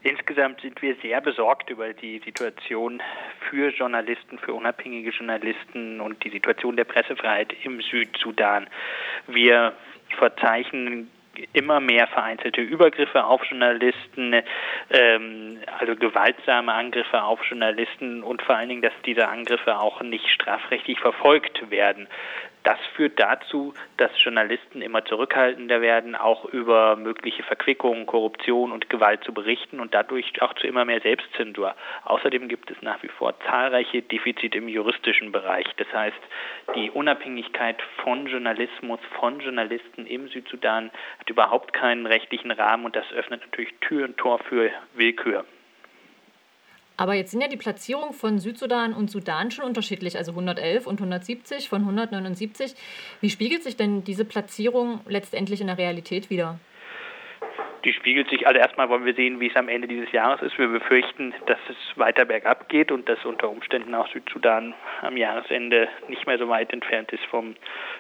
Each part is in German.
Insgesamt sind wir sehr besorgt über die Situation für Journalisten, für unabhängige Journalisten und die Situation der Pressefreiheit im Südsudan. Wir verzeichnen immer mehr vereinzelte Übergriffe auf Journalisten, also gewaltsame Angriffe auf Journalisten und vor allen Dingen, dass diese Angriffe auch nicht strafrechtlich verfolgt werden. Das führt dazu, dass Journalisten immer zurückhaltender werden, auch über mögliche Verquickungen, Korruption und Gewalt zu berichten und dadurch auch zu immer mehr Selbstzensur. Außerdem gibt es nach wie vor zahlreiche Defizite im juristischen Bereich. Das heißt, die Unabhängigkeit von Journalismus, von Journalisten im Südsudan hat überhaupt keinen rechtlichen Rahmen und das öffnet natürlich Tür und Tor für Willkür. Aber jetzt sind ja die Platzierungen von Südsudan und Sudan schon unterschiedlich, also 111 und 170 von 179. Wie spiegelt sich denn diese Platzierung letztendlich in der Realität wider? Die spiegelt sich, also erstmal wollen wir sehen, wie es am Ende dieses Jahres ist. Wir befürchten, dass es weiter bergab geht und dass unter Umständen auch Südsudan am Jahresende nicht mehr so weit entfernt ist vom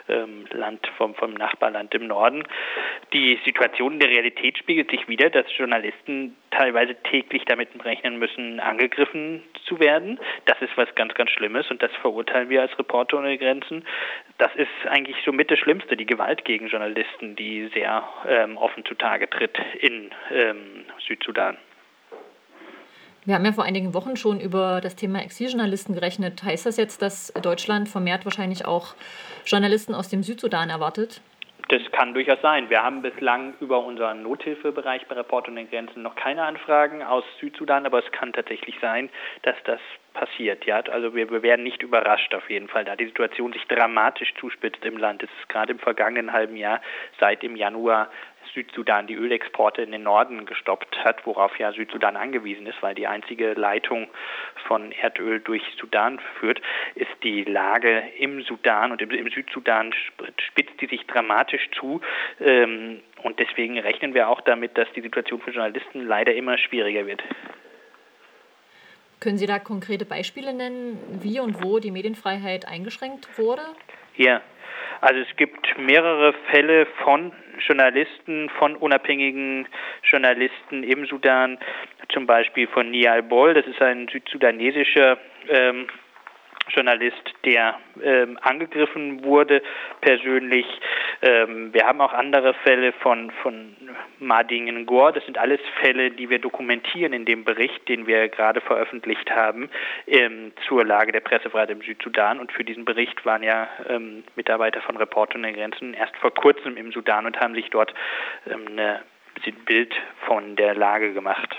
Nachbarland im Norden. Die Situation in der Realität spiegelt sich wider, dass Journalisten teilweise täglich damit rechnen müssen, angegriffen zu werden. Das ist was ganz, ganz Schlimmes und das verurteilen wir als Reporter ohne Grenzen. Das ist eigentlich somit das Schlimmste, die Gewalt gegen Journalisten, die sehr offen zutage tritt in Südsudan. Wir haben ja vor einigen Wochen schon über das Thema Exiljournalisten gerechnet. Heißt das jetzt, dass Deutschland vermehrt wahrscheinlich auch Journalisten aus dem Südsudan erwartet? Das kann durchaus sein. Wir haben bislang über unseren Nothilfebereich bei Reporter ohne Grenzen noch keine Anfragen aus Südsudan, aber es kann tatsächlich sein, dass das passiert. Ja? Also wir werden nicht überrascht auf jeden Fall, da die Situation sich dramatisch zuspitzt im Land. Es ist gerade im vergangenen halben Jahr, seit im Januar, Südsudan die Ölexporte in den Norden gestoppt hat, worauf ja Südsudan angewiesen ist, weil die einzige Leitung von Erdöl durch Sudan führt, ist die Lage im Sudan und im Südsudan spitzt die sich dramatisch zu. Und deswegen rechnen wir auch damit, dass die Situation für Journalisten leider immer schwieriger wird. Können Sie da konkrete Beispiele nennen, wie und wo die Medienfreiheit eingeschränkt wurde? Ja, also es gibt mehrere Fälle von Journalisten, von unabhängigen Journalisten im Sudan, zum Beispiel von Nial Bol, das ist ein südsudanesischer Journalist, der angegriffen wurde persönlich. Wir haben auch andere Fälle von Mading Ngor. Das sind alles Fälle, die wir dokumentieren in dem Bericht, den wir gerade veröffentlicht haben zur Lage der Pressefreiheit im Südsudan. Und für diesen Bericht waren ja Mitarbeiter von Reporter ohne Grenzen erst vor kurzem im Sudan und haben sich dort ein Bild von der Lage gemacht.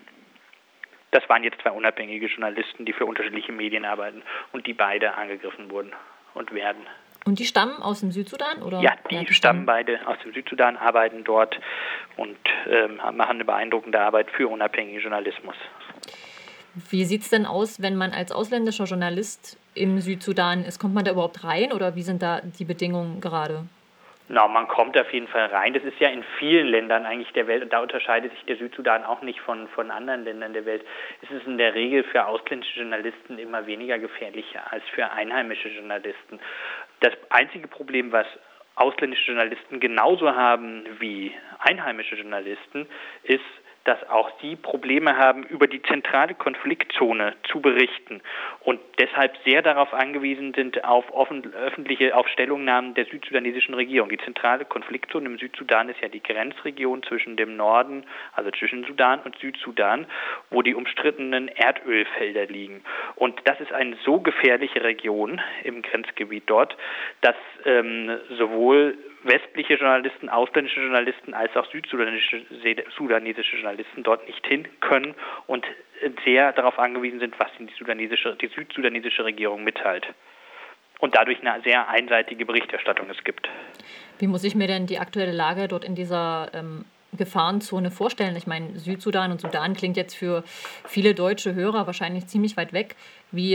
Das waren jetzt zwei unabhängige Journalisten, die für unterschiedliche Medien arbeiten und die beide angegriffen wurden und werden. Und die stammen aus dem Südsudan? Oder? Ja, die stammen beide aus dem Südsudan, arbeiten dort und machen eine beeindruckende Arbeit für unabhängigen Journalismus. Wie sieht es denn aus, wenn man als ausländischer Journalist im Südsudan ist? Kommt man da überhaupt rein oder wie sind da die Bedingungen gerade? Na, man kommt auf jeden Fall rein. Das ist ja in vielen Ländern eigentlich der Welt, und da unterscheidet sich der Südsudan auch nicht von anderen Ländern der Welt. Es ist in der Regel für ausländische Journalisten immer weniger gefährlich als für einheimische Journalisten. Das einzige Problem, was ausländische Journalisten genauso haben wie einheimische Journalisten, ist, dass auch sie Probleme haben, über die zentrale Konfliktzone zu berichten und deshalb sehr darauf angewiesen sind auf auf Stellungnahmen der südsudanesischen Regierung. Die zentrale Konfliktzone im Südsudan ist ja die Grenzregion zwischen dem Norden, also zwischen Sudan und Südsudan, wo die umstrittenen Erdölfelder liegen. Und das ist eine so gefährliche Region im Grenzgebiet dort, dass sowohl westliche Journalisten, ausländische Journalisten als auch südsudanesische Journalisten dort nicht hin können und sehr darauf angewiesen sind, was die südsudanesische Regierung mitteilt. Und dadurch eine sehr einseitige Berichterstattung es gibt. Wie muss ich mir denn die aktuelle Lage dort in dieser Gefahrenzone vorstellen? Ich meine, Südsudan und Sudan klingt jetzt für viele deutsche Hörer wahrscheinlich ziemlich weit weg. Wie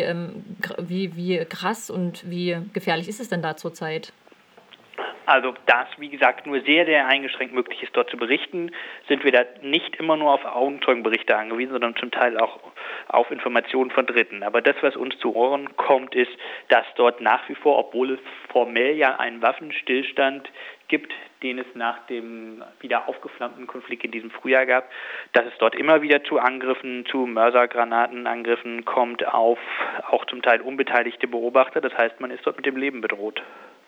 krass und wie gefährlich ist es denn da zurzeit? Also da es, wie gesagt, nur sehr, sehr eingeschränkt möglich ist, dort zu berichten, sind wir da nicht immer nur auf Augenzeugenberichte angewiesen, sondern zum Teil auch auf Informationen von Dritten. Aber das, was uns zu Ohren kommt, ist, dass dort nach wie vor, obwohl es formell ja einen Waffenstillstand gibt, den es nach dem wieder aufgeflammten Konflikt in diesem Frühjahr gab, dass es dort immer wieder zu Angriffen, zu Mörsergranatenangriffen kommt auf auch zum Teil unbeteiligte Beobachter. Das heißt, man ist dort mit dem Leben bedroht.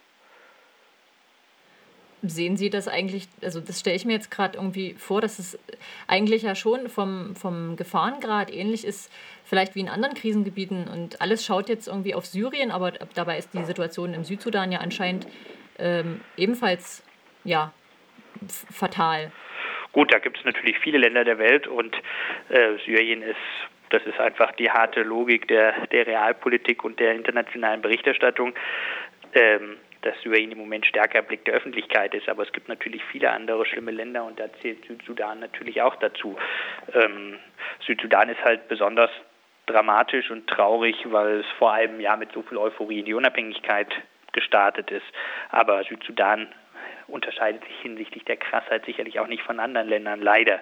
Sehen Sie das eigentlich, also das stelle ich mir jetzt gerade irgendwie vor, dass es eigentlich ja schon vom Gefahrengrad ähnlich ist, vielleicht wie in anderen Krisengebieten und alles schaut jetzt irgendwie auf Syrien, aber dabei ist die Situation im Südsudan ja anscheinend ebenfalls ja, fatal. Gut, da gibt es natürlich viele Länder der Welt und Syrien das ist einfach die harte Logik der Realpolitik und der internationalen Berichterstattung, dass Syrien im Moment stärker im Blick der Öffentlichkeit ist. Aber es gibt natürlich viele andere schlimme Länder und da zählt Südsudan natürlich auch dazu. Südsudan ist halt besonders dramatisch und traurig, weil es vor einem Jahr mit so viel Euphorie in die Unabhängigkeit gestartet ist. Aber Südsudan unterscheidet sich hinsichtlich der Krassheit sicherlich auch nicht von anderen Ländern, leider.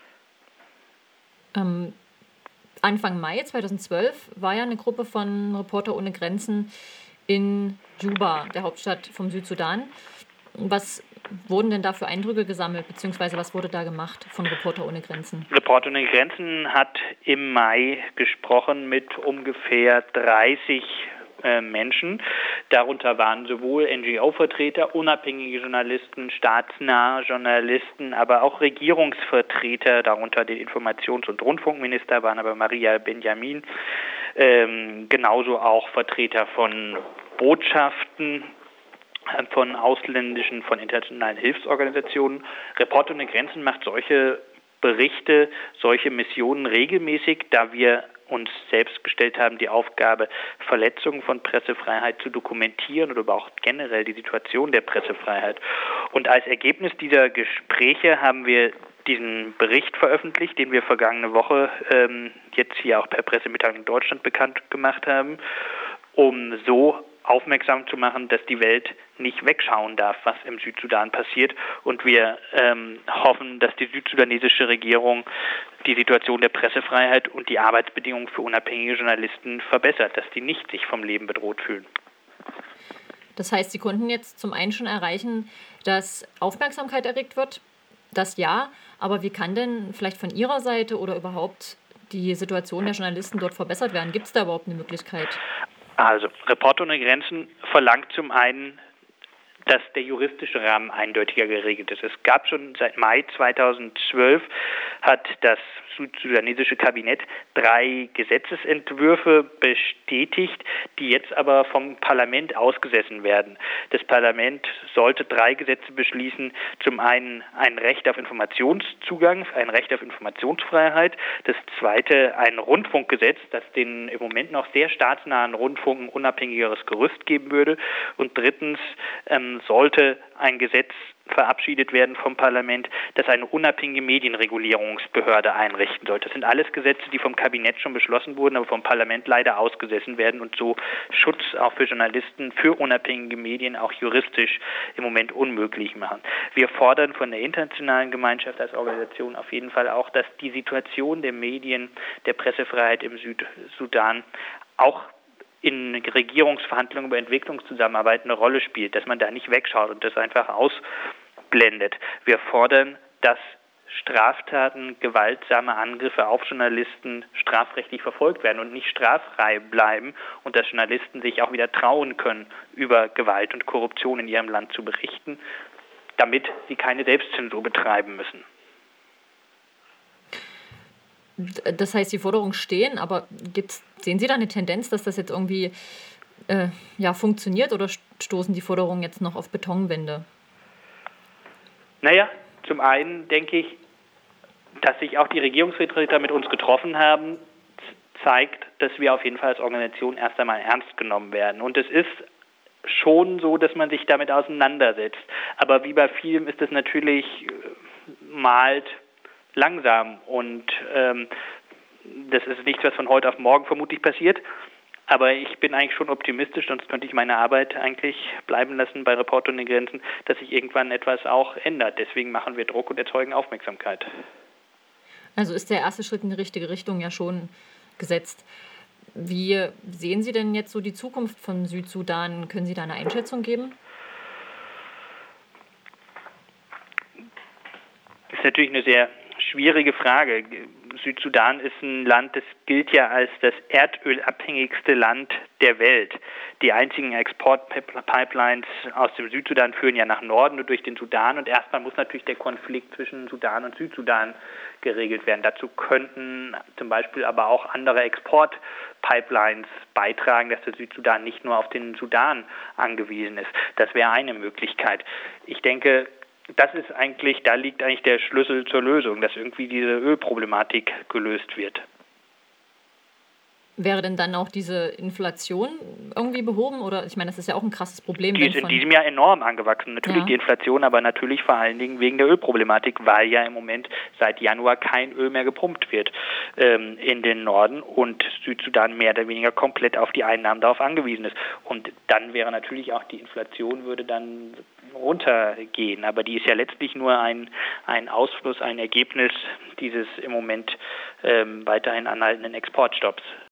Anfang Mai 2012 war ja eine Gruppe von Reporter ohne Grenzen in Juba, der Hauptstadt vom Südsudan. Was wurden denn da für Eindrücke gesammelt, beziehungsweise was wurde da gemacht von Reporter ohne Grenzen? Reporter ohne Grenzen hat im Mai gesprochen mit ungefähr 30 Menschen. Darunter waren sowohl NGO-Vertreter, unabhängige Journalisten, staatsnahe Journalisten, aber auch Regierungsvertreter, darunter den Informations- und Rundfunkminister waren aber Maria Benjamin, genauso auch Vertreter von Botschaften, von ausländischen, von internationalen Hilfsorganisationen. Reporter ohne Grenzen macht solche Berichte, solche Missionen regelmäßig, da wir uns selbst gestellt haben, die Aufgabe, Verletzungen von Pressefreiheit zu dokumentieren oder aber auch generell die Situation der Pressefreiheit. Und als Ergebnis dieser Gespräche haben wir diesen Bericht veröffentlicht, den wir vergangene Woche jetzt hier auch per Pressemitteilung in Deutschland bekannt gemacht haben, um so aufmerksam zu machen, dass die Welt nicht wegschauen darf, was im Südsudan passiert. Und wir hoffen, dass die südsudanesische Regierung die Situation der Pressefreiheit und die Arbeitsbedingungen für unabhängige Journalisten verbessert, dass die nicht sich vom Leben bedroht fühlen. Das heißt, Sie konnten jetzt zum einen schon erreichen, dass Aufmerksamkeit erregt wird, das ja, aber wie kann denn vielleicht von Ihrer Seite oder überhaupt die Situation der Journalisten dort verbessert werden? Gibt es da überhaupt eine Möglichkeit? Also, Reporter ohne Grenzen verlangt zum einen, dass der juristische Rahmen eindeutiger geregelt ist. Es gab schon seit Mai 2012, hat das südsudanesische Kabinett 3 Gesetzesentwürfe bestätigt, die jetzt aber vom Parlament ausgesessen werden. Das Parlament sollte 3 Gesetze beschließen. Zum einen ein Recht auf Informationszugang, ein Recht auf Informationsfreiheit. Das zweite ein Rundfunkgesetz, das den im Moment noch sehr staatsnahen Rundfunk ein unabhängigeres Gerüst geben würde. Und drittens sollte ein Gesetz verabschiedet werden vom Parlament, das eine unabhängige Medienregulierungsbehörde einrichten soll. Das sind alles Gesetze, die vom Kabinett schon beschlossen wurden, aber vom Parlament leider ausgesessen werden und so Schutz auch für Journalisten, für unabhängige Medien auch juristisch im Moment unmöglich machen. Wir fordern von der internationalen Gemeinschaft als Organisation auf jeden Fall auch, dass die Situation der Medien, der Pressefreiheit im Südsudan auch in Regierungsverhandlungen über Entwicklungszusammenarbeit eine Rolle spielt, dass man da nicht wegschaut und das einfach ausblendet. Wir fordern, dass Straftaten, gewaltsame Angriffe auf Journalisten strafrechtlich verfolgt werden und nicht straffrei bleiben und dass Journalisten sich auch wieder trauen können, über Gewalt und Korruption in ihrem Land zu berichten, damit sie keine Selbstzensur betreiben müssen. Das heißt, die Forderungen stehen, aber sehen Sie da eine Tendenz, dass das jetzt irgendwie funktioniert oder stoßen die Forderungen jetzt noch auf Betonwände? Naja, zum einen denke ich, dass sich auch die Regierungsvertreter mit uns getroffen haben, zeigt, dass wir auf jeden Fall als Organisation erst einmal ernst genommen werden. Und es ist schon so, dass man sich damit auseinandersetzt. Aber wie bei vielem ist es natürlich langsam und das ist nichts, was von heute auf morgen vermutlich passiert. Aber ich bin eigentlich schon optimistisch, sonst könnte ich meine Arbeit eigentlich bleiben lassen bei Reporter ohne Grenzen, dass sich irgendwann etwas auch ändert. Deswegen machen wir Druck und erzeugen Aufmerksamkeit. Also ist der erste Schritt in die richtige Richtung ja schon gesetzt. Wie sehen Sie denn jetzt so die Zukunft von Südsudan? Können Sie da eine Einschätzung geben? ist natürlich eine sehr schwierige Frage. Südsudan ist ein Land, das gilt ja als das erdölabhängigste Land der Welt. Die einzigen Exportpipelines aus dem Südsudan führen ja nach Norden und durch den Sudan. Und erstmal muss natürlich der Konflikt zwischen Sudan und Südsudan geregelt werden. Dazu könnten zum Beispiel aber auch andere Exportpipelines beitragen, dass der Südsudan nicht nur auf den Sudan angewiesen ist. Das wäre eine Möglichkeit. Ich denke, da liegt eigentlich der Schlüssel zur Lösung, dass irgendwie diese Ölproblematik gelöst wird. Wäre denn dann auch diese Inflation irgendwie behoben? Oder ich meine, das ist ja auch ein krasses Problem. Die ist in diesem Jahr enorm angewachsen. Natürlich die Inflation, aber natürlich vor allen Dingen wegen der Ölproblematik, weil ja im Moment seit Januar kein Öl mehr gepumpt wird in den Norden und Südsudan mehr oder weniger komplett auf die Einnahmen darauf angewiesen ist. Und dann wäre natürlich auch die Inflation würde dann runtergehen. Aber die ist ja letztlich nur ein Ausfluss, ein Ergebnis dieses im Moment weiterhin anhaltenden Exportstopps.